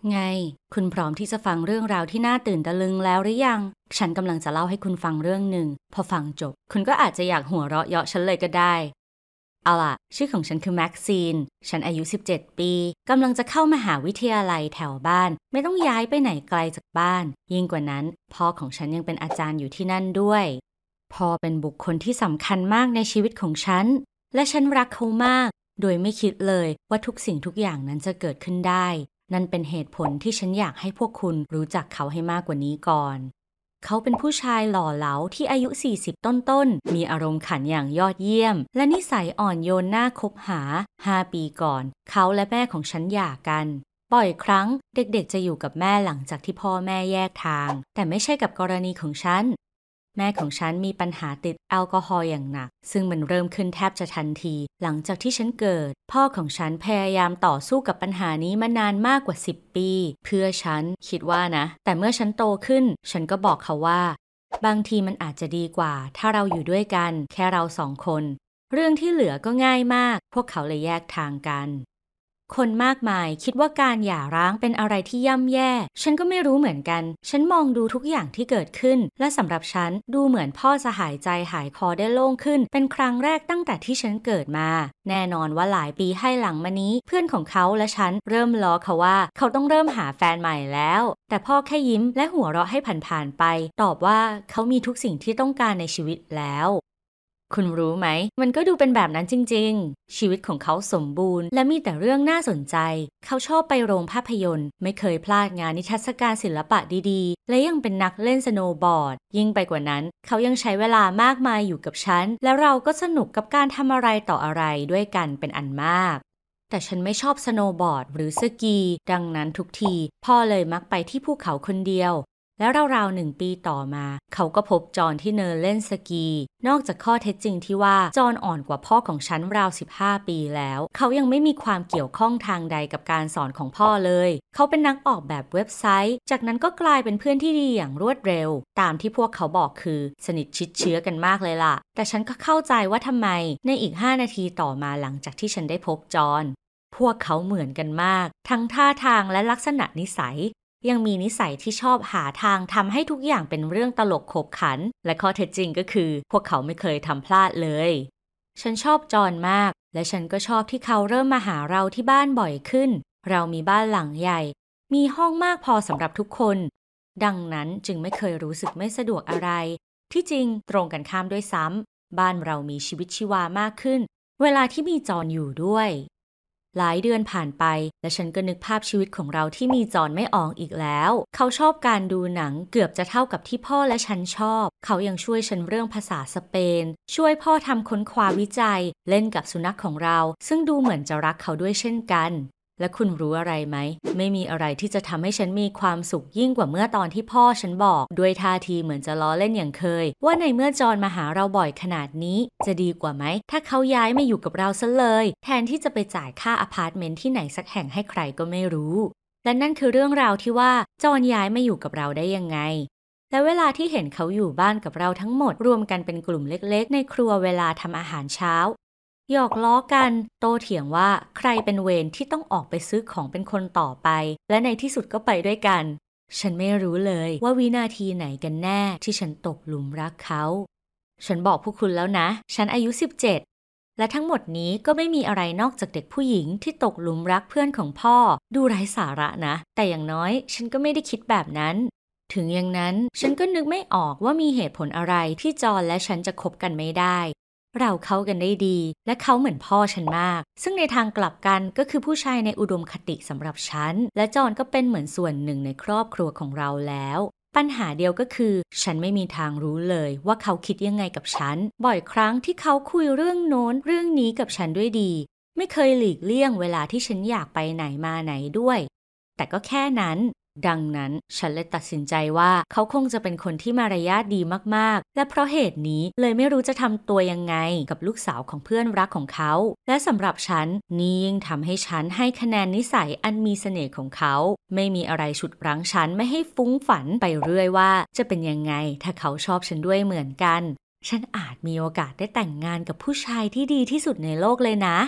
ไงคุณพร้อมที่จะฟังเรื่องราวที่น่าตื่นตะลึงแล้วหรือยังฉันกำลังจะเล่าให้คุณฟังเรื่องหนึ่งพอฟังจบคุณก็อาจจะอยากหัวเราะเยาะฉันเลยก็ได้เอาล่ะชื่อของฉันคือแม็กซีนฉันอายุ17ปีกำลังจะเข้ามหาวิทยาลัยแถวบ้านไม่ต้องย้ายไปไหนไกลจากบ้านยิ่งกว่านั้นพ่อของฉันยังเป็นอาจารย์อยู่ที่นั่นด้วยพ่อเป็นบุคคลที่สำคัญมากในชีวิตของฉันและฉันรักเขามากโดยไม่คิดเลยว่าทุกสิ่งทุกอย่างนั้นจะเกิดขึ้นได้นั่นเป็นเหตุผลที่ฉันอยากให้พวกคุณรู้จักเขาให้มากกว่านี้ก่อน เขาเป็นผู้ชายหล่อเหลาที่อายุ40ต้นๆมีอารมณ์ขันอย่างยอดเยี่ยมและนิสัยอ่อนโยนน่าคบหา5ปีก่อนเขาและแม่ของฉันหย่ากันบ่อยครั้งเด็กๆจะอยู่กับแม่หลังจากที่พ่อแม่แยกทางแต่ไม่ใช่กับกรณีของฉันแม่ของฉันมีปัญหาติดแอลกอฮอล์อย่างหนักซึ่งมันเริ่มขึ้นแทบจะทันทีหลังจากที่ฉันเกิดพ่อของฉันพยายามต่อสู้กับปัญหานี้มานานมากกว่า10ปีเพื่อฉันคิดว่านะแต่เมื่อฉันโตขึ้นฉันก็บอกเขาว่าบางทีมันอาจจะดีกว่าถ้าเราอยู่ด้วยกันแค่เรา2 คนเรื่องที่เหลือก็ง่ายมากพวกเขาเลยแยกทางกันคนมากมายคิดว่าการหย่าร้างเป็นอะไรที่ย่ำแย่ฉันก็ไม่รู้เหมือนกันฉันมองดูทุกอย่างที่เกิดขึ้นและสำหรับฉันดูเหมือนพ่อจะหายใจหายคอได้โล่งขึ้นเป็นครั้งแรกตั้งแต่ที่ฉันเกิดมาแน่นอนว่าหลายปีให้หลังมานี้เพื่อนของเขาและฉันเริ่มล้อเขาว่าเขาต้องเริ่มหาแฟนใหม่แล้วแต่พ่อแค่ยิ้มและหัวเราะให้ผ่านๆไปตอบว่าเขามีทุกสิ่งที่ต้องการในชีวิตแล้วคุณรู้ไหมมันก็ดูเป็นแบบนั้นจริงๆชีวิตของเขาสมบูรณ์และมีแต่เรื่องน่าสนใจเขาชอบไปโรงภาพยนตร์ไม่เคยพลาดงานนิทรรศการศิลปะดีๆและยังเป็นนักเล่นสโนว์บอร์ดยิ่งไปกว่านั้นเขายังใช้เวลามากมายอยู่กับฉันและเราก็สนุกกับการทำอะไรต่ออะไรด้วยกันเป็นอันมากแต่ฉันไม่ชอบสโนว์บอร์ดหรือสกีดังนั้นทุกทีพ่อเลยมักไปที่ภูเขาคนเดียวแล้วราวๆ1 ปีต่อมาเขาก็พบจอห์นที่เนินเล่นสกีนอกจากข้อเท็จจริงที่ว่าจอห์นอ่อนกว่าพ่อของฉันราว15 ปีแล้วเขายังไม่มีความเกี่ยวข้องทางใดกับการสอนของพ่อเลยเขาเป็นนักออกแบบเว็บไซต์จากนั้นก็กลายเป็นเพื่อนที่ดีอย่างรวดเร็วตามที่พวกเขาบอกคือสนิทชิดเชื้อกันมากเลยล่ะแต่ฉันก็เข้าใจว่าทำไมในอีก5 นาทีต่อมาหลังจากที่ฉันได้พบจอห์นพวกเขาเหมือนกันมากทั้งท่าทางและลักษณะนิสัย ยังมีนิสัยที่ชอบหาทางทำให้ทุกอย่างเป็นเรื่องตลกขบขันและข้อเท็จจริงก็คือพวกเขาไม่เคยทำพลาดเลยฉันชอบจอห์นมากและฉันก็ชอบที่เขาเริ่มมาหาเราที่บ้านบ่อยขึ้นเรามีบ้านหลังใหญ่มีห้องมากพอสำหรับทุกคนดังนั้นจึงไม่เคยรู้สึกไม่สะดวกอะไรที่จริงตรงกันข้ามด้วยซ้ำบ้านเรามีชีวิตชีวามากขึ้นเวลาที่มีจอห์นอยู่ด้วยหลายเดือนผ่านไปและฉันก็นึกภาพชีวิตของเราที่มีจอห์นไม่ออกอีกแล้วเขาชอบการดูหนังเกือบจะเท่ากับที่พ่อและฉันชอบเขายังช่วยฉันเรื่องภาษาสเปนช่วยพ่อทำค้นคว้าวิจัยเล่นกับสุนัขของเราซึ่งดูเหมือนจะรักเขาด้วยเช่นกันและคุณรู้อะไรไหมไม่มีอะไรที่จะทำให้ฉันมีความสุขยิ่งกว่าเมื่อตอนที่พ่อฉันบอกด้วยท่าทีเหมือนจะล้อเล่นอย่างเคยว่าในเมื่อจอห์นมาหาเราบ่อยขนาดนี้จะดีกว่าไหมถ้าเขาย้ายมาอยู่กับเราซะเลยแทนที่จะไปจ่ายค่าอพาร์ตเมนต์ที่ไหนสักแห่งให้ใครก็ไม่รู้และนั่นคือเรื่องราวที่ว่าจอห์นย้ายมาอยู่กับเราได้ยังไงและเวลาที่เห็นเขาอยู่บ้านกับเราทั้งหมดรวมกันเป็นกลุ่มเล็กๆในครัวเวลาทำอาหารเช้าหยอกล้อกันโต้เถียงว่าใครเป็นเวรที่ต้องออกไปซื้อของเป็นคนต่อไปและในที่สุดก็ไปด้วยกันฉันไม่รู้เลยว่าวินาทีไหนกันแน่ที่ฉันตกหลุมรักเขาฉันบอกพวกคุณแล้วนะฉันอายุ17และทั้งหมดนี้ก็ไม่มีอะไรนอกจากเด็กผู้หญิงที่ตกหลุมรักเพื่อนของพ่อดูไร้สาระนะแต่อย่างน้อยฉันก็ไม่ได้คิดแบบนั้นถึงอย่างนั้นฉันก็นึกไม่ออกว่ามีเหตุผลอะไรที่จอห์นและฉันจะคบกันไม่ได้เราเข้ากันได้ดีและเขาเหมือนพ่อฉันมากซึ่งในทางกลับกันก็คือผู้ชายในอุดมคติสำหรับฉันและจอห์นก็เป็นเหมือนส่วนหนึ่งในครอบครัวของเราแล้วปัญหาเดียวก็คือฉันไม่มีทางรู้เลยว่าเขาคิดยังไงกับฉันบ่อยครั้งที่เขาคุยเรื่องโน้นเรื่องนี้กับฉันด้วยดีไม่เคยหลีกเลี่ยงเวลาที่ฉันอยากไปไหนมาไหนด้วยแต่ก็แค่นั้นดังนั้นฉันเลยตัดสินใจว่าเขาคงจะเป็นคนที่มารยาทดีมากๆและเพราะเหตุนี้เลยไม่รู้จะทำตัวยังไงกับลูกสาวของเพื่อนรักของเขาและสำหรับฉันนี่ยิ่งทำให้ฉันให้คะแนนนิสัยอันมีเสน่ห์ของเขาไม่มีอะไรฉุดรั้งฉันไม่ให้ฟุ้งฝันไปเรื่อยว่าจะเป็นยังไงถ้าเขาชอบฉันด้วยเหมือนกันฉันอาจมีโอกาสได้แต่งงานกับผู้ชายที่ดีที่สุดในโลกเลยนะ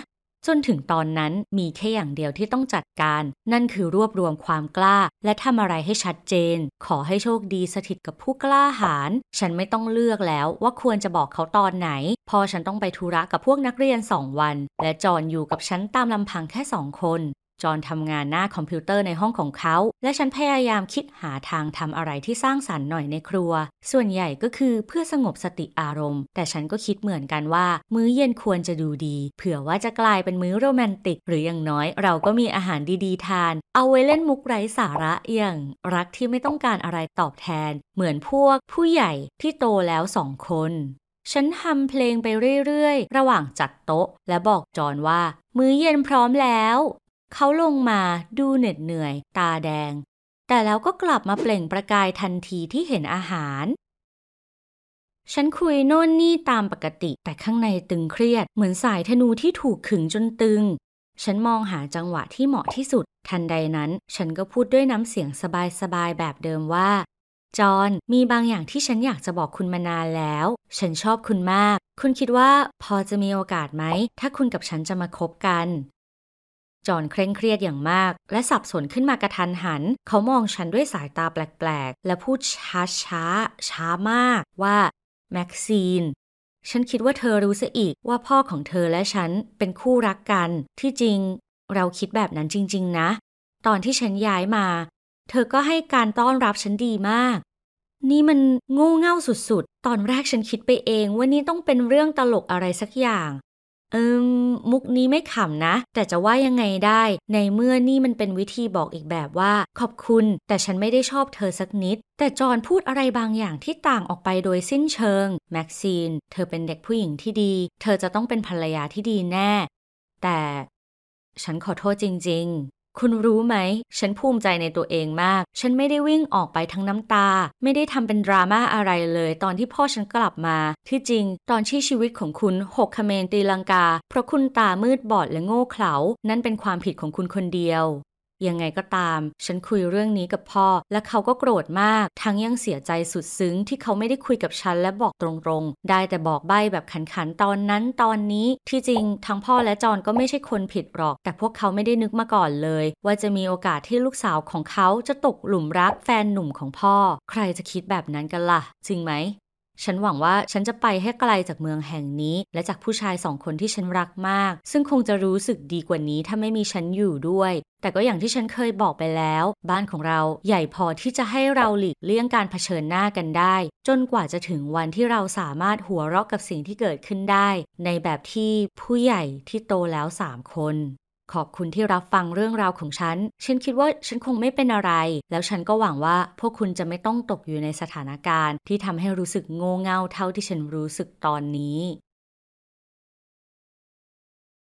จนถึงตอนนั้นมีแค่อย่างเดียวที่ต้องจัดการนั่นคือรวบรวมความกล้าและทำอะไรให้ชัดเจนขอให้โชคดีสถิตกับผู้กล้าหาญฉันไม่ต้องเลือกแล้วว่าควรจะบอกเขาตอนไหนพอฉันต้องไปธุระกับพวกนักเรียน2 วันและจอห์นอยู่กับฉันตามลำพังแค่2 คนจอห์นทำงานหน้าคอมพิวเตอร์ในห้องของเขาและฉันพยายามคิดหาทางทำอะไรที่สร้างสรรค์หน่อยในครัวส่วนใหญ่ก็คือเพื่อสงบสติอารมณ์แต่ฉันก็คิดเหมือนกันว่ามื้อเย็นควรจะดูดีเผื่อว่าจะกลายเป็นมื้อโรแมนติกหรืออย่างน้อยเราก็มีอาหารดีๆทานเอาไว้เล่นมุกไร้สาระอย่างรักที่ไม่ต้องการอะไรตอบแทนเหมือนพวกผู้ใหญ่ที่โตแล้ว2 คนฉันทำเพลงไปเรื่อยๆระหว่างจัดโต๊ะและบอกจอห์นว่ามื้อเย็นพร้อมแล้วเขาลงมาดูเหน็ดเหนื่อยตาแดงแต่แล้วก็กลับมาเปล่งประกายทันทีที่เห็นอาหารฉันคุยโน่นนี่ตามปกติแต่ข้างในตึงเครียดเหมือนสายธนูที่ถูกขึงจนตึงฉันมองหาจังหวะที่เหมาะที่สุดทันใดนั้นฉันก็พูดด้วยน้ำเสียงสบายๆแบบเดิมว่าจอห์นมีบางอย่างที่ฉันอยากจะบอกคุณมานานแล้วฉันชอบคุณมากคุณคิดว่าพอจะมีโอกาสไหมถ้าคุณกับฉันจะมาคบกันจอห์นเคร่งเครียดอย่างมากและสับสนขึ้นมากระทันหันเขามองฉันด้วยสายตาแปลกๆและพูดช้ามากว่าแม็กซีนฉันคิดว่าเธอรู้ซะอีกว่าพ่อของเธอและฉันเป็นคู่รักกันที่จริงเราคิดแบบนั้นจริงๆนะตอนที่ฉันย้ายมาเธอก็ให้การต้อนรับฉันดีมากนี่มันโง่เง่าสุดๆตอนแรกฉันคิดไปเองว่านี่ต้องเป็นเรื่องตลกอะไรสักอย่างมุกนี้ไม่ขำนะแต่จะว่ายังไงได้ในเมื่อนี่มันเป็นวิธีบอกอีกแบบว่าขอบคุณแต่ฉันไม่ได้ชอบเธอสักนิดแต่จอห์นพูดอะไรบางอย่างที่ต่างออกไปโดยสิ้นเชิงแม็กซีนเธอเป็นเด็กผู้หญิงที่ดีเธอจะต้องเป็นภรรยาที่ดีแน่แต่ฉันขอโทษจริงๆคุณรู้ไหมฉันภูมิใจในตัวเองมากฉันไม่ได้วิ่งออกไปทั้งน้ำตาไม่ได้ทำเป็นดราม่าอะไรเลยตอนที่พ่อฉันกลับมาที่จริงตอนที่ชีวิตของคุณหกเขมรตีลังกาเพราะคุณตามืดบอดและโง่เขลานั่นเป็นความผิดของคุณคนเดียวยังไงก็ตามฉันคุยเรื่องนี้กับพ่อและเขาก็โกรธมากทั้งยังเสียใจสุดซึ้งที่เขาไม่ได้คุยกับฉันและบอกตรงๆได้แต่บอกใบ้แบบขันๆตอนนั้นตอนนี้ที่จริงทั้งพ่อและจอห์นก็ไม่ใช่คนผิดหรอกแต่พวกเขาไม่ได้นึกมาก่อนเลยว่าจะมีโอกาสที่ลูกสาวของเขาจะตกหลุมรักแฟนหนุ่มของพ่อใครจะคิดแบบนั้นกันล่ะจริงไหมฉันหวังว่าฉันจะไปให้ไกลจากเมืองแห่งนี้และจากผู้ชาย2 คนที่ฉันรักมากซึ่งคงจะรู้สึกดีกว่านี้ถ้าไม่มีฉันอยู่ด้วยแต่ก็อย่างที่ฉันเคยบอกไปแล้วบ้านของเราใหญ่พอที่จะให้เราหลีกเลี่ยงการเผชิญหน้ากันได้จนกว่าจะถึงวันที่เราสามารถหัวเราะกับสิ่งที่เกิดขึ้นได้ในแบบที่ผู้ใหญ่ที่โตแล้ว3 คนขอบคุณที่รับฟังเรื่องราวของฉันคิดว่าฉันคงไม่เป็นอะไรแล้วฉันก็หวังว่าพวกคุณจะไม่ต้องตกอยู่ในสถานการณ์ที่ทำให้รู้สึกโง่เง่าเท่าที่ฉันรู้สึกตอนนี้